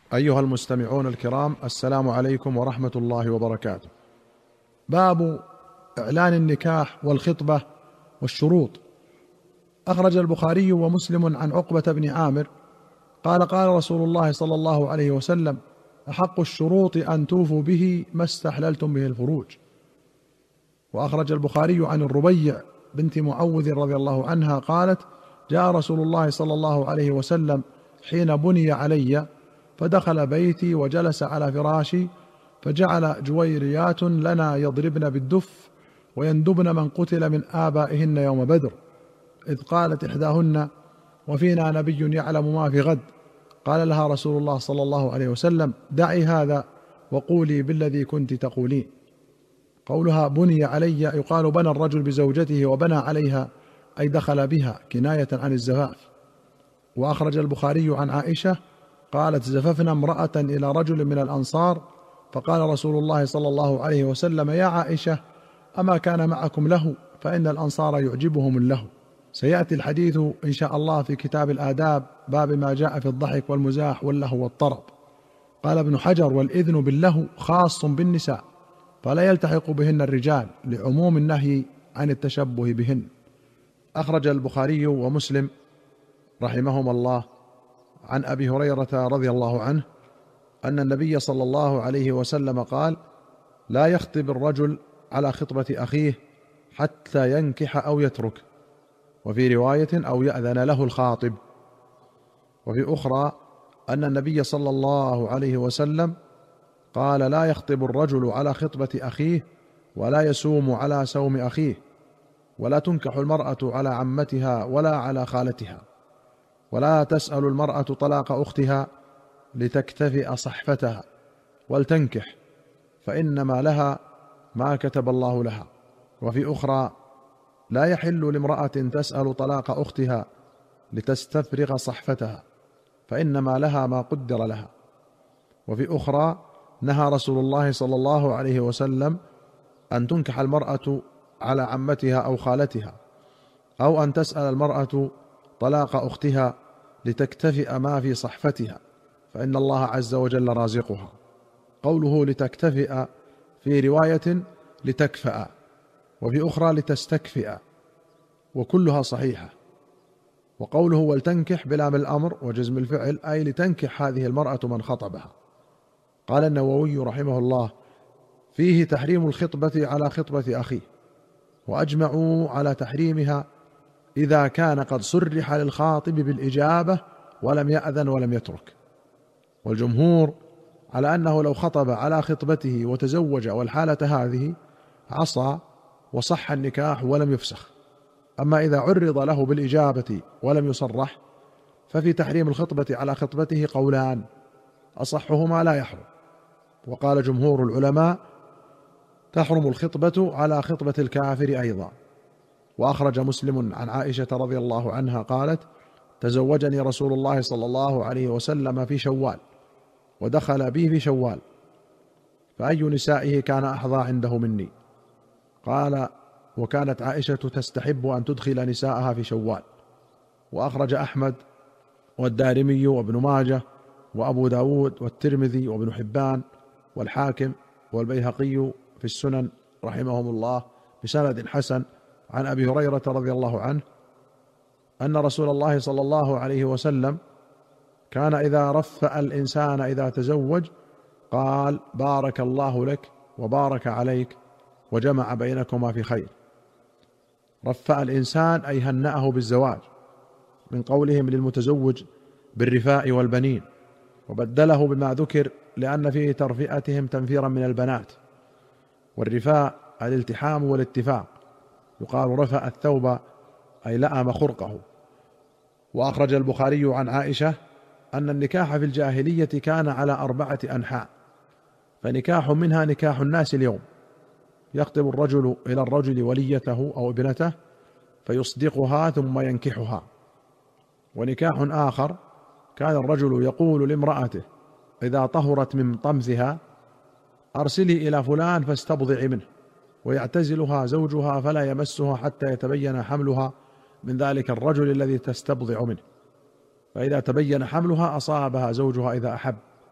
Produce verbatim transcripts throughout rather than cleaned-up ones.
أيها المستمعون الكرام، السلام عليكم ورحمة الله وبركاته. باب إعلان النكاح والخطبة والشروط. أخرج البخاري ومسلم عن عقبة بن عامر قال قال رسول الله صلى الله عليه وسلم: أحق الشروط أن توفوا به ما استحللتم به الفروج. وأخرج البخاري عن الربيع بنت معوذ رضي الله عنها قالت: جاء رسول الله صلى الله عليه وسلم حين بني علي، فدخل بيتي وجلس على فراشي، فجعل جويريات لنا يضربن بالدف ويندبن من قتل من آبائهن يوم بدر، إذ قالت إحداهن: وفينا نبي يعلم ما في غد. قال لها رسول الله صلى الله عليه وسلم: دعي هذا وقولي بالذي كنت تقولين. قولها بني علي يقال بنى الرجل بزوجته وبنى عليها أي دخل بها، كناية عن الزفاف. وأخرج البخاري عن عائشة قالت: زففنا امرأة إلى رجل من الأنصار، فقال رسول الله صلى الله عليه وسلم: يا عائشة، أما كان معكم له؟ فإن الأنصار يعجبهم اللهو. سيأتي الحديث إن شاء الله في كتاب الآداب، باب ما جاء في الضحك والمزاح واللهو والطرب. قال ابن حجر: والإذن باللهو خاص بالنساء، فلا يلتحق بهن الرجال، لعموم النهي عن التشبه بهن. أخرج البخاري ومسلم رحمهما الله عن أبي هريرة رضي الله عنه أن النبي صلى الله عليه وسلم قال: لا يخطب الرجل على خطبة أخيه حتى ينكح أو يترك، وفي رواية: أو يأذن له الخاطب. وفي أخرى أن النبي صلى الله عليه وسلم قال: لا يخطب الرجل على خطبة أخيه، ولا يسوم على سوم أخيه، ولا تنكح المرأة على عمتها ولا على خالتها، ولا تسأل المرأة طلاق أختها لتكتفئ صحفتها، ولتنكح فإنما لها ما كتب الله لها. وفي أخرى: لا يحل لامرأة تسأل طلاق أختها لتستفرغ صحفتها، فإنما لها ما قدر لها. وفي أخرى: نهى رسول الله صلى الله عليه وسلم أن تنكح المرأة على عمتها أو خالتها، أو أن تسأل المرأة طلاق أختها لتكتفئ ما في صحفتها، فإن الله عز وجل رازقها. قوله لتكتفئ في رواية لتكفأ، وفي أخرى لتستكفئ، وكلها صحيحة. وقوله ولتنكح بلام الأمر وجزم الفعل أي لتنكح هذه المرأة من خطبها. قال النووي رحمه الله: فيه تحريم الخطبة على خطبة أخيه، وأجمعوا على تحريمها إذا كان قد صرح للخاطب بالإجابة ولم يأذن ولم يترك. والجمهور على أنه لو خطب على خطبته وتزوج والحالة هذه عصى وصح النكاح ولم يفسخ. أما إذا عرض له بالإجابة ولم يصرح، ففي تحريم الخطبة على خطبته قولان، أصحهما لا يحرم. وقال جمهور العلماء: تحرم الخطبة على خطبة الكافر أيضا. وأخرج مسلم عن عائشة رضي الله عنها قالت: تزوجني رسول الله صلى الله عليه وسلم في شوال، ودخل بي في شوال، فأي نسائه كان أحظى عنده مني؟ قال: وكانت عائشة تستحب أن تدخل نساءها في شوال. وأخرج أحمد والدارمي وابن ماجه وأبو داود والترمذي وابن حبان والحاكم والبيهقي في السنن رحمهم الله بسند حسن عن أبي هريرة رضي الله عنه أن رسول الله صلى الله عليه وسلم كان إذا رفأ الإنسان إذا تزوج قال: بارك الله لك وبارك عليك وجمع بينكما في خير. رفأ الإنسان أي هنأه بالزواج، من قولهم للمتزوج بالرفاء والبنين، وبدله بما ذكر لأن فيه ترفئتهم تنفيرا من البنات. والرفاء الالتحام والاتفاق، يقال رفأ الثوب أي لأم خرقه. وأخرج البخاري عن عائشة أن النكاح في الجاهلية كان على أربعة أنحاء، فنكاح منها نكاح الناس اليوم، يخطب الرجل إلى الرجل وليته أو ابنته فيصدقها ثم ينكحها. ونكاح آخر كان الرجل يقول لامرأته إذا طهرت من طمثها: أرسلي إلى فلان فاستبضعي منه، ويعتزلها زوجها فلا يمسها حتى يتبين حملها من ذلك الرجل الذي تستبضع منه، فإذا تبين حملها أصابها زوجها إذا أحب،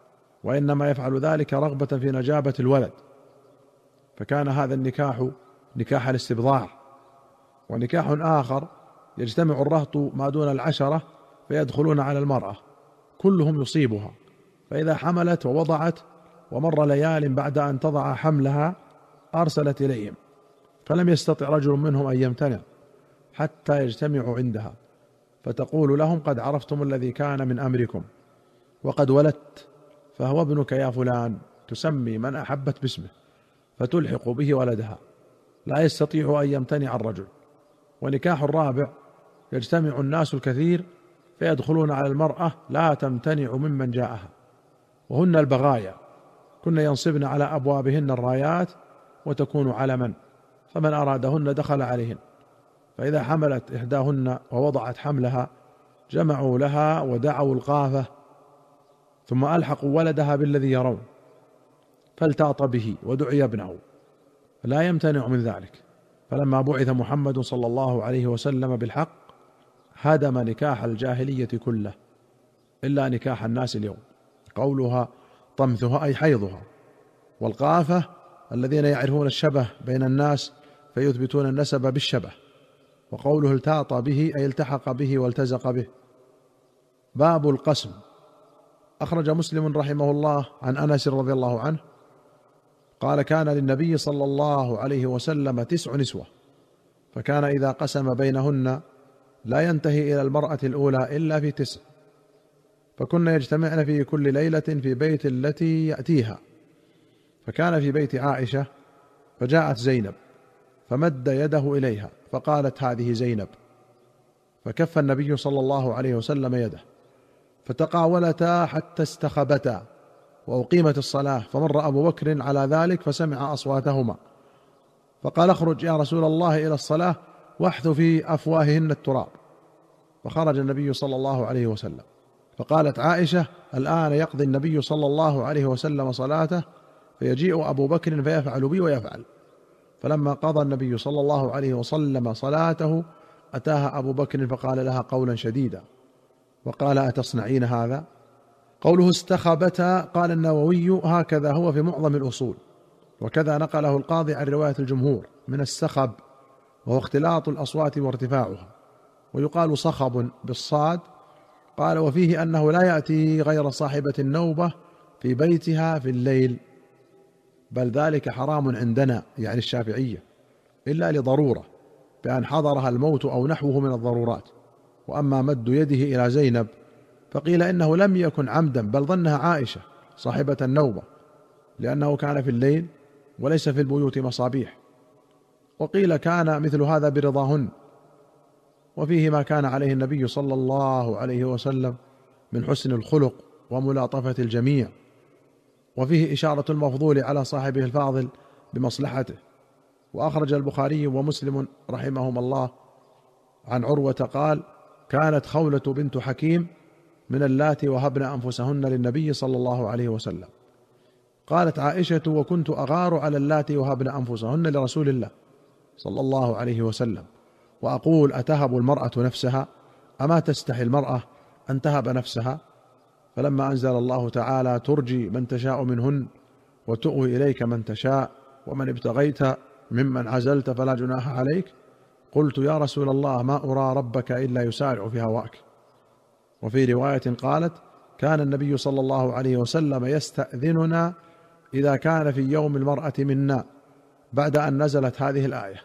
وإنما يفعل ذلك رغبة في نجابة الولد، فكان هذا النكاح نكاح الاستبضاع. ونكاح آخر يجتمع الرهط ما دون العشرة فيدخلون على المرأة كلهم يصيبها، فإذا حملت ووضعت ومر ليال بعد أن تضع حملها أرسلت إليهم، فلم يستطع رجل منهم أن يمتنع حتى يجتمعوا عندها، فتقول لهم: قد عرفتم الذي كان من أمركم وقد ولدت، فهو ابنك يا فلان، تسمي من أحبت باسمه فتلحق به ولدها، لا يستطيع أن يمتنع الرجل. ونكاح الرابع يجتمع الناس الكثير فيدخلون على المرأة لا تمتنع ممن جاءها، وهن البغايا، كن ينصبن على أبوابهن الرايات وتكون علما، فمن أرادهن دخل عليهن. فإذا حملت إحداهن ووضعت حملها جمعوا لها ودعوا القافة، ثم ألحقوا ولدها بالذي يرون، فالتاط به ودعي ابنه، فلا يمتنع من ذلك. فلما بعث محمد صلى الله عليه وسلم بالحق هدم نكاح الجاهلية كله إلا نكاح الناس اليوم. قولها طمثها أي حيضها، والقافة الذين يعرفون الشبه بين الناس فيثبتون النسب بالشبه. وقوله التاط به أي التحق به والتزق به. باب القسم. أخرج مسلم رحمه الله عن أنس رضي الله عنه قال: كان للنبي صلى الله عليه وسلم تسع نسوة، فكان إذا قسم بينهن لا ينتهي إلى المرأة الأولى إلا في تسع، فكن يجتمعن في كل ليلة في بيت التي يأتيها. فكان في بيت عائشة، فجاءت زينب فمد يده إليها فقالت: هذه زينب، فكف النبي صلى الله عليه وسلم يده، فتقاولتا حتى استخبتا، وأقيمت الصلاة، فمر أبو بكر على ذلك فسمع أصواتهما، فقال: اخرج يا رسول الله إلى الصلاة واحث في أفواههن التراب. فخرج النبي صلى الله عليه وسلم، فقالت عائشة: الآن يقضي النبي صلى الله عليه وسلم صلاته، فيجيء أبو بكر فيفعل بي ويفعل. فلما قضى النبي صلى الله عليه وسلم صلاته أتاها أبو بكر فقال لها قولا شديدا، وقال: أتصنعين هذا؟ قوله استخبتا، قال النووي: هكذا هو في معظم الأصول، وكذا نقله القاضي عن رواية الجمهور من السخب، وهو اختلاط الأصوات وارتفاعها، ويقال صخب بالصاد. قال: وفيه أنه لا يأتي غير صاحبة النوبة في بيتها في الليل، بل ذلك حرام عندنا يعني الشافعية، إلا لضرورة بأن حضرها الموت أو نحوه من الضرورات. وأما مد يده إلى زينب فقيل إنه لم يكن عمدا، بل ظنها عائشة صاحبة النوبة، لأنه كان في الليل وليس في البيوت مصابيح. وقيل كان مثل هذا برضاهن. وفيه ما كان عليه النبي صلى الله عليه وسلم من حسن الخلق وملاطفة الجميع، وفيه إشارة المفضول على صاحبه الفاضل بمصلحته. وأخرج البخاري ومسلم رحمهما الله عن عروة قال: كانت خولة بنت حكيم من اللاتي وهبن أنفسهن للنبي صلى الله عليه وسلم. قالت عائشة: وكنت أغار على اللاتي وهبن أنفسهن لرسول الله صلى الله عليه وسلم، وأقول: أتهب المرأة نفسها؟ أما تستحي المرأة أن تهب نفسها؟ فلما أنزل الله تعالى: ترجي من تشاء منهن وتؤوي إليك من تشاء ومن ابتغيت ممن عزلت فلا جناح عليك، قلت: يا رسول الله، ما أرى ربك إلا يسارع في هواك. وفي رواية قالت: كان النبي صلى الله عليه وسلم يستأذننا إذا كان في يوم المرأة منا، بعد أن نزلت هذه الآية.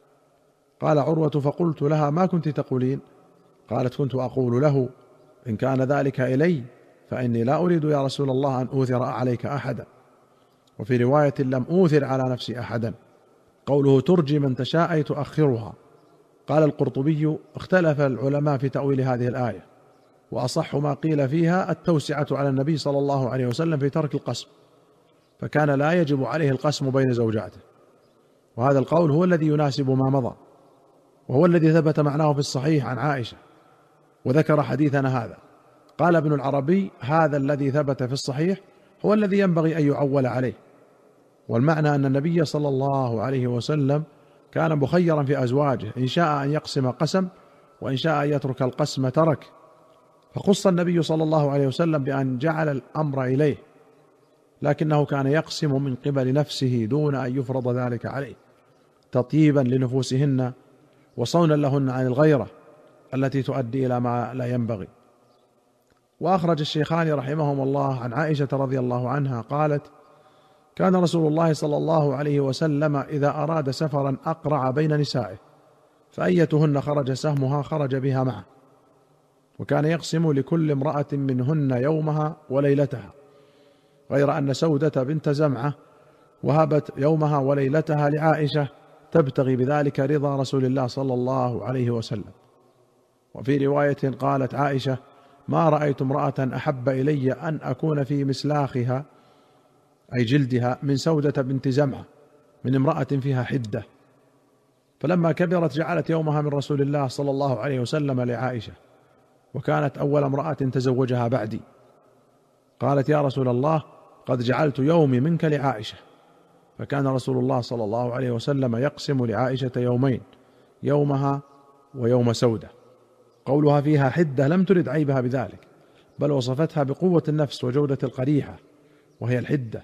قال عروة: فقلت لها: ما كنت تقولين؟ قالت: كنت أقول له: إن كان ذلك إلي فإني لا أريد يا رسول الله أن أوثر عليك أحدا. وفي رواية: لم أوثر على نفسي أحدا. قوله ترجي من تشاء أي تؤخرها. قال القرطبي: اختلف العلماء في تأويل هذه الآية، وأصح ما قيل فيها التوسعة على النبي صلى الله عليه وسلم في ترك القسم، فكان لا يجب عليه القسم بين زوجاته. وهذا القول هو الذي يناسب ما مضى، وهو الذي ثبت معناه في الصحيح عن عائشة. وذكر حديثنا هذا. قال ابن العربي: هذا الذي ثبت في الصحيح هو الذي ينبغي أن يعول عليه، والمعنى أن النبي صلى الله عليه وسلم كان مخيرا في أزواجه، إن شاء أن يقسم قسم، وإن شاء أن يترك القسم ترك. فخص النبي صلى الله عليه وسلم بأن جعل الأمر إليه، لكنه كان يقسم من قبل نفسه دون أن يفرض ذلك عليه، تطييبا لنفوسهن وصونا لهن عن الغيرة التي تؤدي إلى ما لا ينبغي. وأخرج الشيخان رحمهم الله عن عائشة رضي الله عنها قالت: كان رسول الله صلى الله عليه وسلم إذا أراد سفرا أقرع بين نسائه، فأيتهن خرج سهمها خرج بها معه، وكان يقسم لكل امرأة منهن يومها وليلتها، غير أن سودة بنت زمعة وهبت يومها وليلتها لعائشة تبتغي بذلك رضا رسول الله صلى الله عليه وسلم. وفي رواية قالت عائشة: ما رأيت امرأة أحب إلي أن أكون في مسلاخها أي جلدها من سودة بنت زمعة من امرأة فيها حدة. فلما كبرت جعلت يومها من رسول الله صلى الله عليه وسلم لعائشة، وكانت أول امرأة تزوجها بعدي. قالت: يا رسول الله، قد جعلت يومي منك لعائشة. فكان رسول الله صلى الله عليه وسلم يقسم لعائشة يومين، يومها ويوم سودة. قولها فيها حدة لم ترد عيبها بذلك، بل وصفتها بقوة النفس وجودة القريحة وهي الحدة.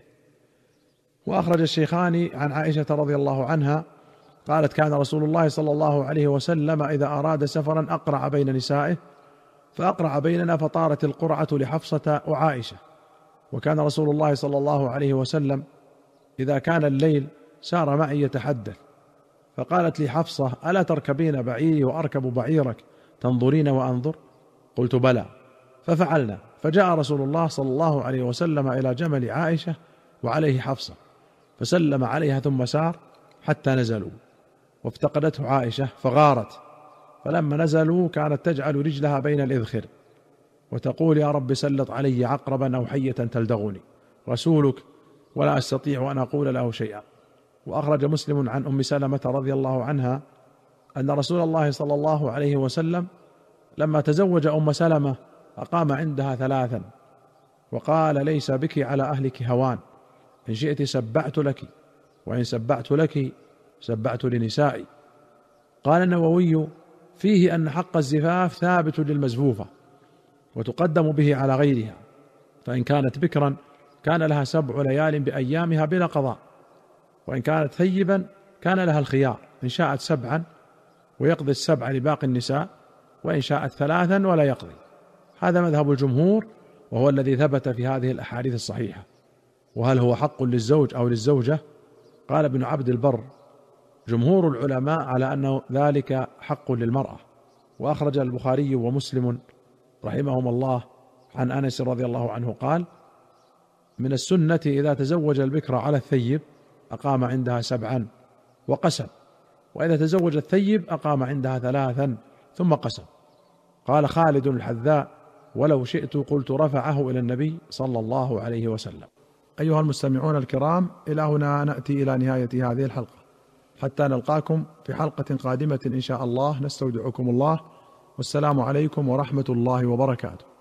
وأخرج الشيخان عن عائشة رضي الله عنها قالت: كان رسول الله صلى الله عليه وسلم إذا أراد سفرا أقرع بين نسائه، فأقرع بيننا فطارت القرعة لحفصة وعائشة. وكان رسول الله صلى الله عليه وسلم إذا كان الليل سار معي يتحدث، فقالت لي حفصة: ألا تركبين بعيري وأركب بعيرك تنظرين وأنظر؟ قلت: بلى. ففعلنا، فجاء رسول الله صلى الله عليه وسلم إلى جمل عائشة وعليه حفصة، فسلم عليها ثم سار حتى نزلوا، وافتقدته عائشة فغارت، فلما نزلوا كانت تجعل رجلها بين الإذخر وتقول: يا رب سلط علي عقربا أو حية تلدغني، رسولك ولا أستطيع أن أقول له شيئا. وأخرج مسلم عن أم سلمة رضي الله عنها أن رسول الله صلى الله عليه وسلم لما تزوج أم سلمة أقام عندها ثلاثا، وقال: ليس بك على أهلك هوان، إن شئت سبعت لك، وإن سبعت لك سبعت لنسائي. قال النووي: فيه أن حق الزفاف ثابت للمزفوفة وتقدم به على غيرها، فإن كانت بكرا كان لها سبع ليال بأيامها بلا قضاء، وإن كانت ثيبا كان لها الخيار، إن شاءت سبعا ويقضي السبع لباقي النساء، وإن شاءت ثلاثا ولا يقضي. هذا مذهب الجمهور، وهو الذي ثبت في هذه الأحاديث الصحيحة. وهل هو حق للزوج أو للزوجة؟ قال ابن عبد البر: جمهور العلماء على أنه ذلك حق للمرأة. وأخرج البخاري ومسلم رحمهما الله عن أنس رضي الله عنه قال: من السنة إذا تزوج البكر على الثيب أقام عندها سبعا وقسم، وإذا تزوج الثيب أقام عندها ثلاثا ثم قسم. قال خالد الحذاء: ولو شئت قلت رفعه إلى النبي صلى الله عليه وسلم. أيها المستمعون الكرام، إلى هنا نأتي إلى نهاية هذه الحلقة، حتى نلقاكم في حلقة قادمة إن شاء الله، نستودعكم الله، والسلام عليكم ورحمة الله وبركاته.